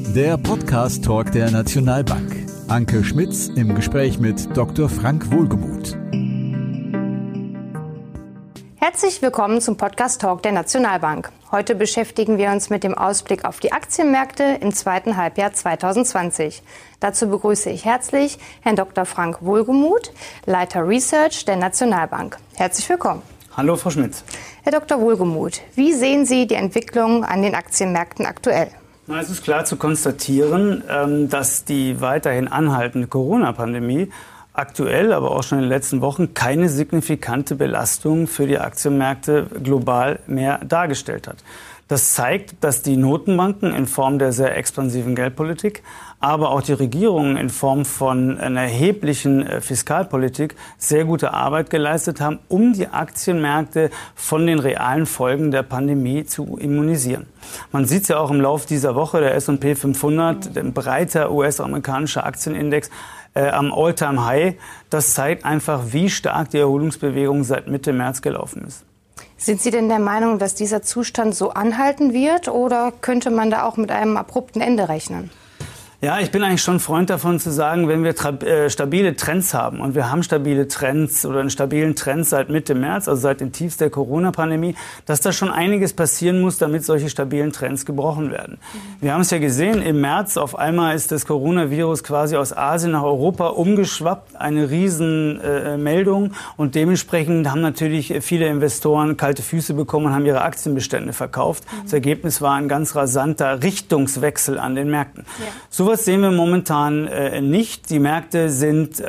Der Podcast-Talk der Nationalbank. Anke Schmitz im Gespräch mit Dr. Frank Wohlgemuth. Herzlich willkommen zum Podcast-Talk der Nationalbank. Heute beschäftigen wir uns mit dem Ausblick auf die Aktienmärkte im zweiten Halbjahr 2020. Dazu begrüße ich herzlich Herrn Dr. Frank Wohlgemuth, Leiter Research der Nationalbank. Herzlich willkommen. Hallo, Frau Schmitz. Herr Dr. Wohlgemuth, wie sehen Sie die Entwicklung an den Aktienmärkten aktuell? Es ist klar zu konstatieren, dass die weiterhin anhaltende Corona-Pandemie aktuell, aber auch schon in den letzten Wochen keine signifikante Belastung für die Aktienmärkte global mehr dargestellt hat. Das zeigt, dass die Notenbanken in Form der sehr expansiven Geldpolitik, aber auch die Regierungen in Form von einer erheblichen Fiskalpolitik sehr gute Arbeit geleistet haben, um die Aktienmärkte von den realen Folgen der Pandemie zu immunisieren. Man sieht es ja auch im Laufe dieser Woche, der S&P 500, ein breiter US-amerikanischer Aktienindex, am All-Time-High. Das zeigt einfach, wie stark die Erholungsbewegung seit Mitte März gelaufen ist. Sind Sie denn der Meinung, dass dieser Zustand so anhalten wird oder könnte man da auch mit einem abrupten Ende rechnen? Ja, ich bin eigentlich schon Freund davon zu sagen, wenn wir stabile Trends haben und wir haben stabile Trends oder einen stabilen Trend seit Mitte März, also seit den Tiefs der Corona-Pandemie, dass da schon einiges passieren muss, damit solche stabilen Trends gebrochen werden. Wir haben es ja gesehen, im März auf einmal ist das Coronavirus quasi aus Asien nach Europa umgeschwappt, eine Riesenmeldung und dementsprechend haben natürlich viele Investoren kalte Füße bekommen und haben ihre Aktienbestände verkauft. Das Ergebnis war ein ganz rasanter Richtungswechsel an den Märkten. Ja. Sowas sehen wir momentan nicht. Die Märkte sind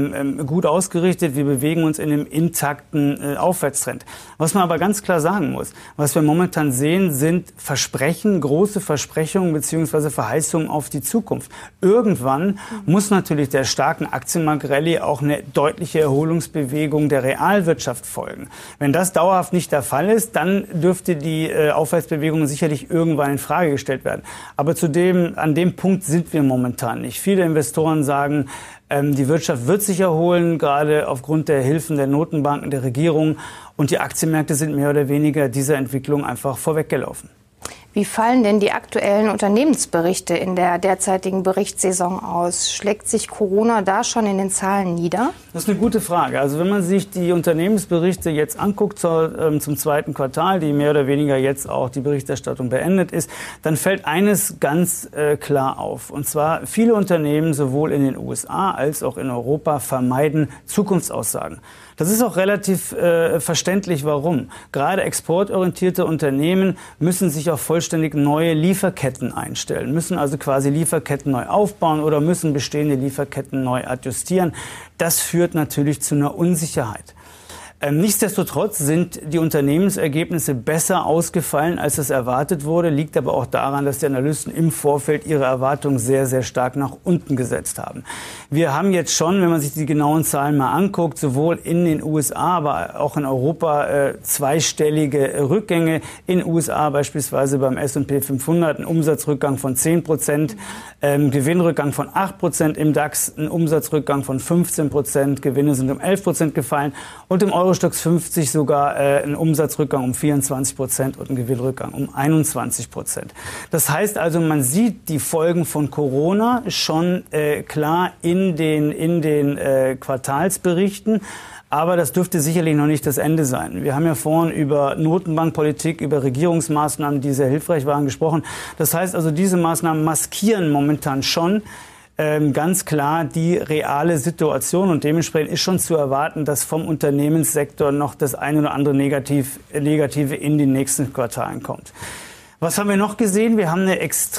gut ausgerichtet. Wir bewegen uns in einem intakten Aufwärtstrend. Was man aber ganz klar sagen muss, was wir momentan sehen, sind Versprechen, große Versprechungen bzw. Verheißungen auf die Zukunft. Irgendwann muss natürlich der starken Aktienmarkt-Rallye auch eine deutliche Erholungsbewegung der Realwirtschaft folgen. Wenn das dauerhaft nicht der Fall ist, dann dürfte die Aufwärtsbewegung sicherlich irgendwann in Frage gestellt werden. Aber an dem Punkt sind wir momentan nicht. Viele Investoren sagen, die Wirtschaft wird sich erholen, gerade aufgrund der Hilfen der Notenbanken, der Regierung. Und die Aktienmärkte sind mehr oder weniger dieser Entwicklung einfach vorweggelaufen. Wie fallen denn die aktuellen Unternehmensberichte in der derzeitigen Berichtssaison aus? Schlägt sich Corona da schon in den Zahlen nieder? Das ist eine gute Frage. Also wenn man sich die Unternehmensberichte jetzt anguckt zum zweiten Quartal, die mehr oder weniger jetzt auch die Berichterstattung beendet ist, dann fällt eines ganz klar auf. Und zwar viele Unternehmen sowohl in den USA als auch in Europa vermeiden Zukunftsaussagen. Das ist auch relativ verständlich, warum. Gerade exportorientierte Unternehmen müssen sich auf vollständig neue Lieferketten einstellen, müssen also quasi Lieferketten neu aufbauen oder müssen bestehende Lieferketten neu adjustieren. Das führt natürlich zu einer Unsicherheit. Nichtsdestotrotz sind die Unternehmensergebnisse besser ausgefallen, als es erwartet wurde, liegt aber auch daran, dass die Analysten im Vorfeld ihre Erwartungen sehr, sehr stark nach unten gesetzt haben. Wir haben jetzt schon, wenn man sich die genauen Zahlen mal anguckt, sowohl in den USA, aber auch in Europa zweistellige Rückgänge. In den USA beispielsweise beim S&P 500 ein Umsatzrückgang von 10%, Gewinnrückgang von 8%, im DAX ein Umsatzrückgang von 15%, Gewinne sind um 11% gefallen und im Eurostoxx 50 sogar ein Umsatzrückgang um 24% und ein Gewinnrückgang um 21%. Das heißt also, man sieht die Folgen von Corona schon klar in den Quartalsberichten. Aber das dürfte sicherlich noch nicht das Ende sein. Wir haben ja vorhin über Notenbankpolitik, über Regierungsmaßnahmen, die sehr hilfreich waren, gesprochen. Das heißt also, diese Maßnahmen maskieren momentan schon ganz klar die reale Situation. Und dementsprechend ist schon zu erwarten, dass vom Unternehmenssektor noch das eine oder andere Negative in den nächsten Quartalen kommt. Was haben wir noch gesehen? Wir haben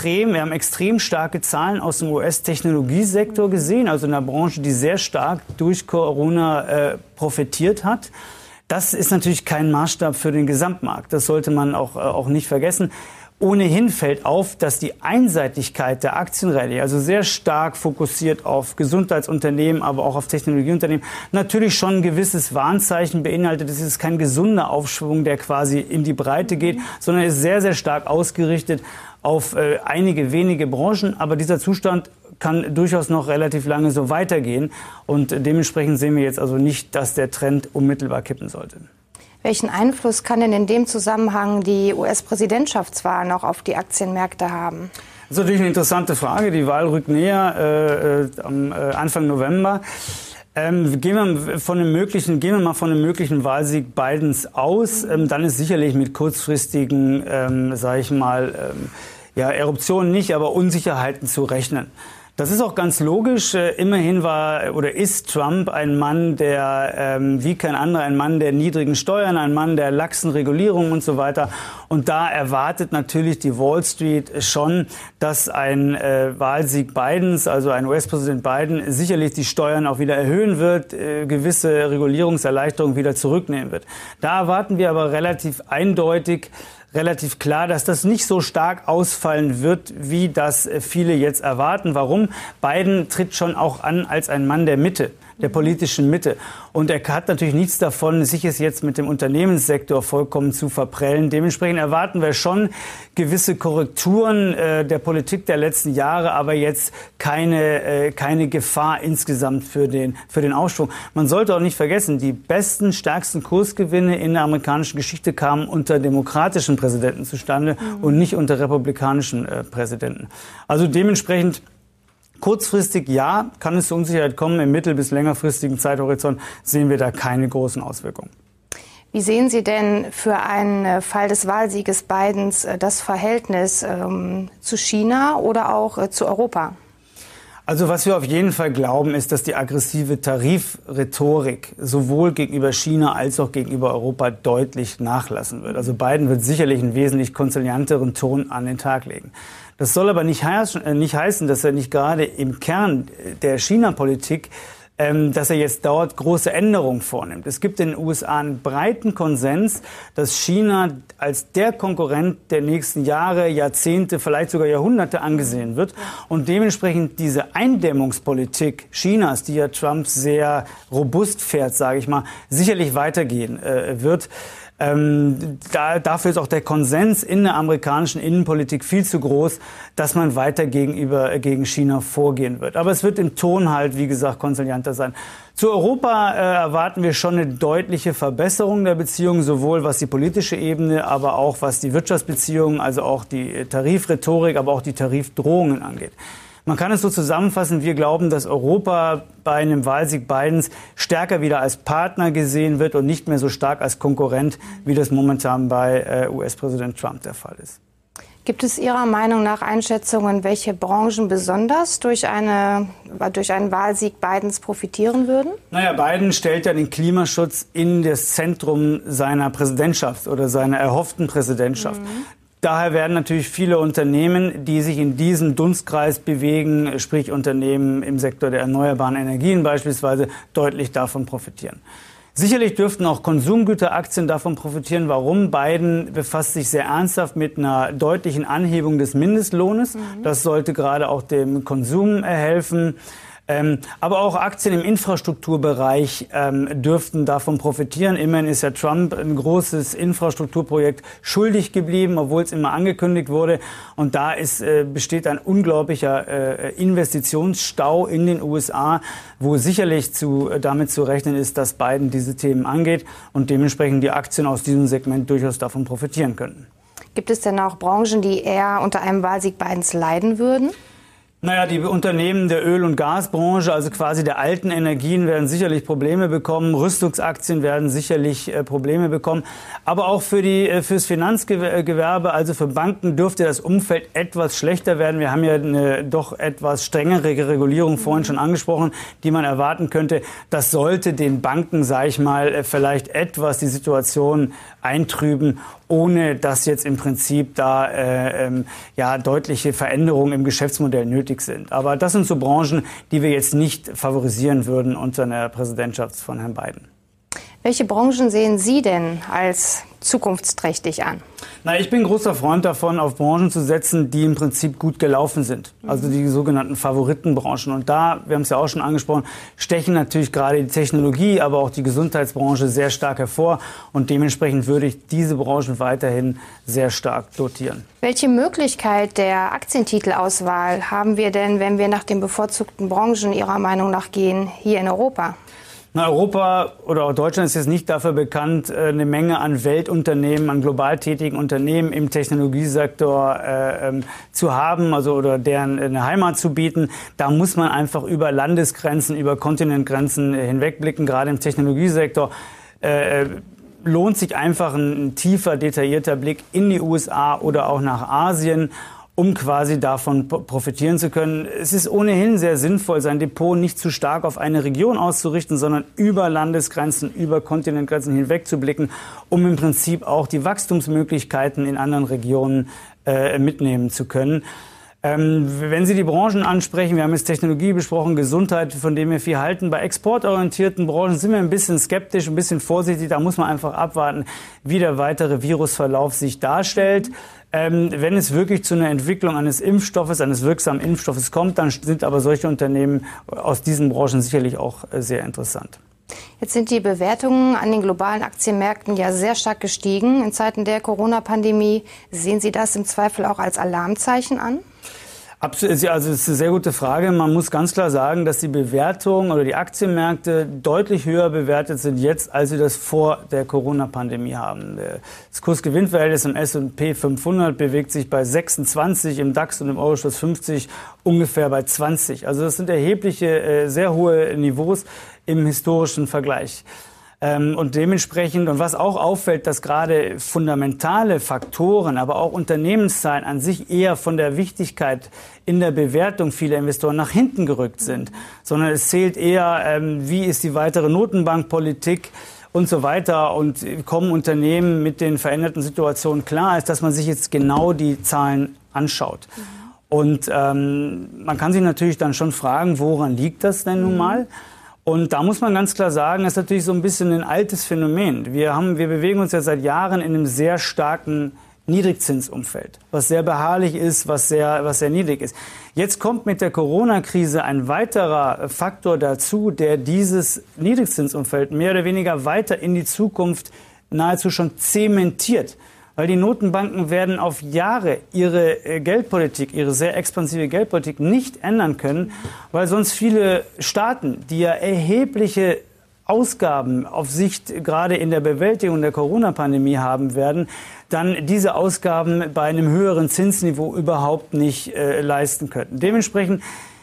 extrem starke Zahlen aus dem US-Technologiesektor gesehen, also in einer Branche, die sehr stark durch Corona profitiert hat. Das ist natürlich kein Maßstab für den Gesamtmarkt. Das sollte man auch nicht vergessen. Ohnehin fällt auf, dass die Einseitigkeit der Aktienrallye, also sehr stark fokussiert auf Gesundheitsunternehmen, aber auch auf Technologieunternehmen, natürlich schon ein gewisses Warnzeichen beinhaltet. Es ist kein gesunder Aufschwung, der quasi in die Breite geht, sondern ist sehr, sehr stark ausgerichtet auf einige wenige Branchen. Aber dieser Zustand kann durchaus noch relativ lange so weitergehen. Und dementsprechend sehen wir jetzt also nicht, dass der Trend unmittelbar kippen sollte. Welchen Einfluss kann denn in dem Zusammenhang die US-Präsidentschaftswahl noch auf die Aktienmärkte haben? Das ist natürlich eine interessante Frage. Die Wahl rückt näher am Anfang November. Gehen wir mal von einem möglichen Wahlsieg Bidens aus. Dann ist sicherlich mit kurzfristigen, Eruptionen nicht, aber Unsicherheiten zu rechnen. Das ist auch ganz logisch. Immerhin ist Trump ein Mann, der wie kein anderer, ein Mann der niedrigen Steuern, ein Mann der laxen Regulierung und so weiter. Und da erwartet natürlich die Wall Street schon, dass ein Wahlsieg Bidens, also ein US-Präsident Biden, sicherlich die Steuern auch wieder erhöhen wird, gewisse Regulierungserleichterungen wieder zurücknehmen wird. Da erwarten wir aber relativ klar, dass das nicht so stark ausfallen wird, wie das viele jetzt erwarten. Warum? Biden tritt schon auch an als ein Mann der Mitte, der politischen Mitte. Und er hat natürlich nichts davon, sich es jetzt mit dem Unternehmenssektor vollkommen zu verprellen. Dementsprechend erwarten wir schon gewisse Korrekturen der Politik der letzten Jahre, aber jetzt keine Gefahr insgesamt für den Aufschwung. Man sollte auch nicht vergessen, die besten, stärksten Kursgewinne in der amerikanischen Geschichte kamen unter demokratischen Präsidenten zustande und nicht unter republikanischen Präsidenten. Also dementsprechend kurzfristig ja, kann es zu Unsicherheit kommen. Im mittel- bis längerfristigen Zeithorizont sehen wir da keine großen Auswirkungen. Wie sehen Sie denn für einen Fall des Wahlsieges Bidens das Verhältnis zu China oder auch zu Europa? Also was wir auf jeden Fall glauben, ist, dass die aggressive Tarifrhetorik sowohl gegenüber China als auch gegenüber Europa deutlich nachlassen wird. Also Biden wird sicherlich einen wesentlich konzilianteren Ton an den Tag legen. Das soll aber nicht heißen, dass er nicht gerade im Kern der China-Politik dass er jetzt dort große Änderungen vornimmt. Es gibt in den USA einen breiten Konsens, dass China als der Konkurrent der nächsten Jahre, Jahrzehnte, vielleicht sogar Jahrhunderte angesehen wird. Und dementsprechend diese Eindämmungspolitik Chinas, die ja Trump sehr robust fährt, sage ich mal, sicherlich weitergehen wird. Dafür ist auch der Konsens in der amerikanischen Innenpolitik viel zu groß, dass man weiter gegen China vorgehen wird. Aber es wird im Ton halt, wie gesagt, konzilianter sein. Zu Europa erwarten wir schon eine deutliche Verbesserung der Beziehungen, sowohl was die politische Ebene, aber auch was die Wirtschaftsbeziehungen, also auch die Tarifrhetorik, aber auch die Tarifdrohungen angeht. Man kann es so zusammenfassen, wir glauben, dass Europa bei einem Wahlsieg Bidens stärker wieder als Partner gesehen wird und nicht mehr so stark als Konkurrent, wie das momentan bei US-Präsident Trump der Fall ist. Gibt es Ihrer Meinung nach Einschätzungen, welche Branchen besonders durch einen Wahlsieg Bidens profitieren würden? Naja, Biden stellt ja den Klimaschutz in das Zentrum seiner Präsidentschaft oder seiner erhofften Präsidentschaft. Daher werden natürlich viele Unternehmen, die sich in diesem Dunstkreis bewegen, sprich Unternehmen im Sektor der erneuerbaren Energien beispielsweise, deutlich davon profitieren. Sicherlich dürften auch Konsumgüteraktien davon profitieren. Warum? Biden befasst sich sehr ernsthaft mit einer deutlichen Anhebung des Mindestlohnes. Das sollte gerade auch dem Konsum helfen. Aber auch Aktien im Infrastrukturbereich dürften davon profitieren. Immerhin ist ja Trump ein großes Infrastrukturprojekt schuldig geblieben, obwohl es immer angekündigt wurde. Und da besteht ein unglaublicher Investitionsstau in den USA, wo sicherlich damit zu rechnen ist, dass Biden diese Themen angeht und dementsprechend die Aktien aus diesem Segment durchaus davon profitieren könnten. Gibt es denn auch Branchen, die eher unter einem Wahlsieg Bidens leiden würden? Naja, die Unternehmen der Öl- und Gasbranche, also quasi der alten Energien, werden sicherlich Probleme bekommen. Rüstungsaktien werden sicherlich Probleme bekommen. Aber auch fürs Finanzgewerbe, also für Banken, dürfte das Umfeld etwas schlechter werden. Wir haben ja eine doch etwas strengere Regulierung vorhin schon angesprochen, die man erwarten könnte. Das sollte den Banken, sage ich mal, vielleicht etwas die Situation eintrüben, ohne dass jetzt im Prinzip da deutliche Veränderungen im Geschäftsmodell nötig sind. Aber das sind so Branchen, die wir jetzt nicht favorisieren würden unter einer Präsidentschaft von Herrn Biden. Welche Branchen sehen Sie denn als zukunftsträchtig an? Na, ich bin großer Freund davon, auf Branchen zu setzen, die im Prinzip gut gelaufen sind. Also die sogenannten Favoritenbranchen. Und da, wir haben es ja auch schon angesprochen, stechen natürlich gerade die Technologie, aber auch die Gesundheitsbranche sehr stark hervor. Und dementsprechend würde ich diese Branchen weiterhin sehr stark dotieren. Welche Möglichkeit der Aktientitelauswahl haben wir denn, wenn wir nach den bevorzugten Branchen Ihrer Meinung nach gehen, hier in Europa? Europa oder auch Deutschland ist jetzt nicht dafür bekannt, eine Menge an Weltunternehmen, an global tätigen Unternehmen im Technologiesektor zu haben, also oder deren eine Heimat zu bieten. Da muss man einfach über Landesgrenzen, über Kontinentgrenzen hinwegblicken. Gerade im Technologiesektor lohnt sich einfach ein tiefer, detaillierter Blick in die USA oder auch nach Asien, um quasi davon profitieren zu können. Es ist ohnehin sehr sinnvoll, sein Depot nicht zu stark auf eine Region auszurichten, sondern über Landesgrenzen, über Kontinentgrenzen hinweg zu blicken, um im Prinzip auch die Wachstumsmöglichkeiten in anderen Regionen mitnehmen zu können. Wenn Sie die Branchen ansprechen, wir haben jetzt Technologie besprochen, Gesundheit, von dem wir viel halten. Bei exportorientierten Branchen sind wir ein bisschen skeptisch, ein bisschen vorsichtig. Da muss man einfach abwarten, wie der weitere Virusverlauf sich darstellt. Wenn es wirklich zu einer Entwicklung eines Impfstoffes, eines wirksamen Impfstoffes kommt, dann sind aber solche Unternehmen aus diesen Branchen sicherlich auch sehr interessant. Jetzt sind die Bewertungen an den globalen Aktienmärkten ja sehr stark gestiegen in Zeiten der Corona-Pandemie. Sehen Sie das im Zweifel auch als Alarmzeichen an? Also es ist eine sehr gute Frage. Man muss ganz klar sagen, dass die Bewertungen oder die Aktienmärkte deutlich höher bewertet sind jetzt, als sie das vor der Corona-Pandemie haben. Das Kursgewinnverhältnis im S&P 500 bewegt sich bei 26, im DAX und im Eurostoxx 50 ungefähr bei 20. Also das sind erhebliche, sehr hohe Niveaus im historischen Vergleich. Und dementsprechend, und was auch auffällt, dass gerade fundamentale Faktoren, aber auch Unternehmenszahlen an sich eher von der Wichtigkeit in der Bewertung vieler Investoren nach hinten gerückt sind, sondern es zählt eher, wie ist die weitere Notenbankpolitik und so weiter, und kommen Unternehmen mit den veränderten Situationen klar, als dass man sich jetzt genau die Zahlen anschaut. Und man kann sich natürlich dann schon fragen, woran liegt das denn nun mal? Und da muss man ganz klar sagen, das ist natürlich so ein bisschen ein altes Phänomen. Wir bewegen uns ja seit Jahren in einem sehr starken Niedrigzinsumfeld, was sehr beharrlich ist, was sehr niedrig ist. Jetzt kommt mit der Corona-Krise ein weiterer Faktor dazu, der dieses Niedrigzinsumfeld mehr oder weniger weiter in die Zukunft nahezu schon zementiert. Weil die Notenbanken werden auf Jahre ihre Geldpolitik, ihre sehr expansive Geldpolitik nicht ändern können, weil sonst viele Staaten, die ja erhebliche Ausgaben auf Sicht gerade in der Bewältigung der Corona-Pandemie haben werden, dann diese Ausgaben bei einem höheren Zinsniveau überhaupt nicht leisten könnten. Dementsprechend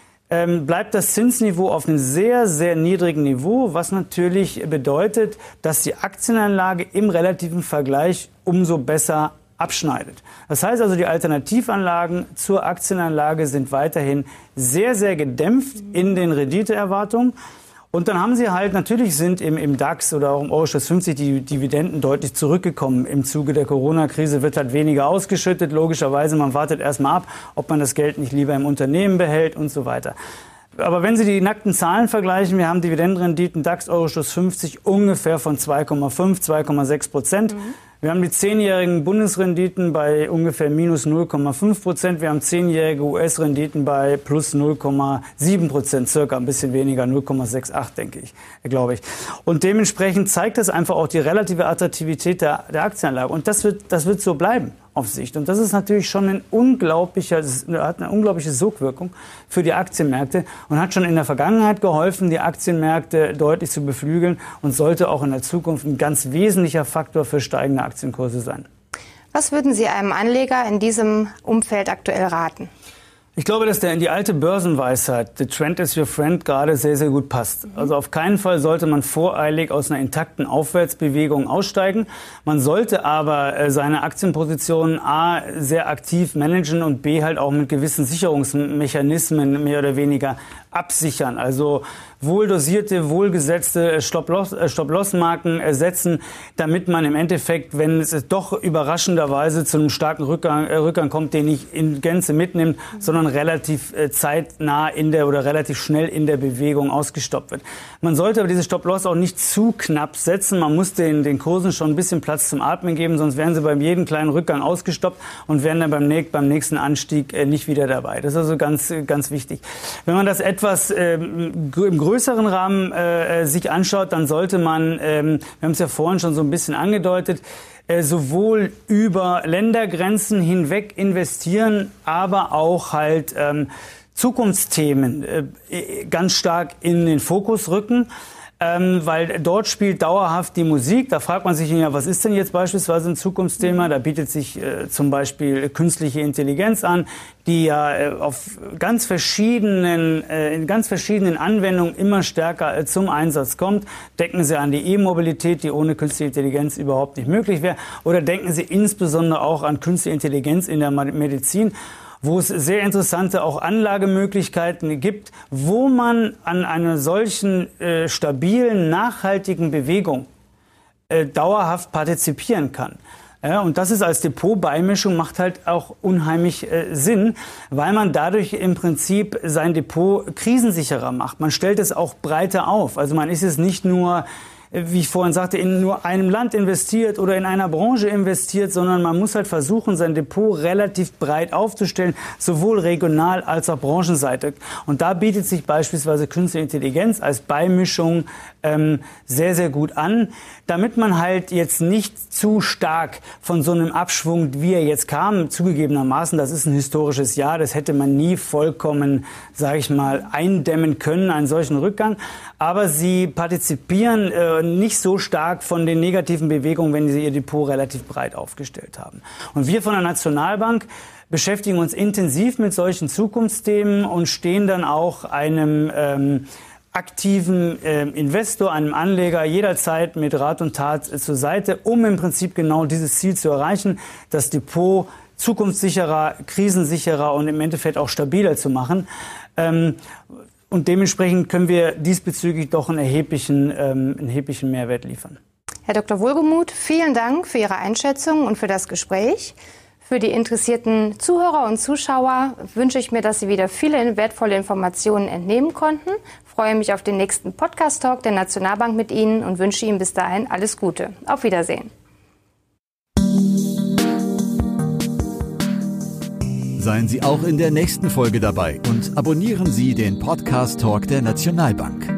bleibt das Zinsniveau auf einem sehr, sehr niedrigen Niveau, was natürlich bedeutet, dass die Aktienanlage im relativen Vergleich umso besser abschneidet. Das heißt also, die Alternativanlagen zur Aktienanlage sind weiterhin sehr, sehr gedämpft in den Renditeerwartungen. Und dann haben sie halt, natürlich sind im DAX oder auch im Eurostoxx 50 die Dividenden deutlich zurückgekommen. Im Zuge der Corona-Krise wird halt weniger ausgeschüttet. Logischerweise, man wartet erstmal ab, ob man das Geld nicht lieber im Unternehmen behält und so weiter. Aber wenn Sie die nackten Zahlen vergleichen, wir haben Dividendenrenditen DAX, Eurostoxx 50 ungefähr von 2,5, 2,6%. Wir haben die 10-jährigen Bundesrenditen bei ungefähr minus 0,5%. Wir haben 10-jährige US-Renditen bei plus 0,7%, circa ein bisschen weniger, 0,68, denke ich, glaube ich. Und dementsprechend zeigt das einfach auch die relative Attraktivität der Aktienanlage. Und das wird so bleiben auf Sicht. Und das ist natürlich schon hat eine unglaubliche Sogwirkung für die Aktienmärkte und hat schon in der Vergangenheit geholfen, die Aktienmärkte deutlich zu beflügeln und sollte auch in der Zukunft ein ganz wesentlicher Faktor für steigende Aktienkurse sein. Was würden Sie einem Anleger in diesem Umfeld aktuell raten? Ich glaube, dass die alte Börsenweisheit, the trend is your friend, gerade sehr, sehr gut passt. Also auf keinen Fall sollte man voreilig aus einer intakten Aufwärtsbewegung aussteigen. Man sollte aber seine Aktienpositionen A, sehr aktiv managen und B, halt auch mit gewissen Sicherungsmechanismen mehr oder weniger absichern. Also wohl dosierte, wohlgesetzte Stop-Loss-Marken setzen, damit man im Endeffekt, wenn es doch überraschenderweise zu einem starken Rückgang kommt, den nicht in Gänze mitnimmt, sondern relativ zeitnah oder relativ schnell in der Bewegung ausgestoppt wird. Man sollte aber diese Stop-Loss auch nicht zu knapp setzen. Man muss den Kursen schon ein bisschen Platz zum Atmen geben, sonst werden sie beim jedem kleinen Rückgang ausgestoppt und werden dann beim nächsten Anstieg nicht wieder dabei. Das ist also ganz, ganz wichtig. Wenn man das etwas im größeren Rahmen sich anschaut, dann sollte man, wir haben es ja vorhin schon so ein bisschen angedeutet, sowohl über Ländergrenzen hinweg investieren, aber auch halt Zukunftsthemen ganz stark in den Fokus rücken. weil dort spielt dauerhaft die Musik. Da fragt man sich ja, was ist denn jetzt beispielsweise ein Zukunftsthema? Da bietet sich zum Beispiel künstliche Intelligenz an, die ja in ganz verschiedenen Anwendungen immer stärker zum Einsatz kommt. Denken Sie an die E-Mobilität, die ohne künstliche Intelligenz überhaupt nicht möglich wäre. Oder denken Sie insbesondere auch an künstliche Intelligenz in der Medizin, wo es sehr interessante auch Anlagemöglichkeiten gibt, wo man an einer solchen stabilen, nachhaltigen Bewegung dauerhaft partizipieren kann. Ja, und das ist als Depotbeimischung macht halt auch unheimlich Sinn, weil man dadurch im Prinzip sein Depot krisensicherer macht. Man stellt es auch breiter auf. Also man ist es nicht nur, wie ich vorhin sagte, in nur einem Land investiert oder in einer Branche investiert, sondern man muss halt versuchen, sein Depot relativ breit aufzustellen, sowohl regional als auch branchenseitig. Und da bietet sich beispielsweise Künstliche Intelligenz als Beimischung sehr, sehr gut an, damit man halt jetzt nicht zu stark von so einem Abschwung, wie er jetzt kam, zugegebenermaßen, das ist ein historisches Jahr, das hätte man nie vollkommen, sage ich mal, eindämmen können, einen solchen Rückgang. Aber sie partizipieren nicht so stark von den negativen Bewegungen, wenn sie ihr Depot relativ breit aufgestellt haben. Und wir von der Nationalbank beschäftigen uns intensiv mit solchen Zukunftsthemen und stehen dann auch einem aktiven Investor, einem Anleger jederzeit mit Rat und Tat zur Seite, um im Prinzip genau dieses Ziel zu erreichen, das Depot zukunftssicherer, krisensicherer und im Endeffekt auch stabiler zu machen. Und dementsprechend können wir diesbezüglich doch einen erheblichen Mehrwert liefern. Herr Dr. Wohlgemuth, vielen Dank für Ihre Einschätzung und für das Gespräch. Für die interessierten Zuhörer und Zuschauer wünsche ich mir, dass Sie wieder viele wertvolle Informationen entnehmen konnten. Ich freue mich auf den nächsten Podcast-Talk der Nationalbank mit Ihnen und wünsche Ihnen bis dahin alles Gute. Auf Wiedersehen. Seien Sie auch in der nächsten Folge dabei und abonnieren Sie den Podcast-Talk der Nationalbank.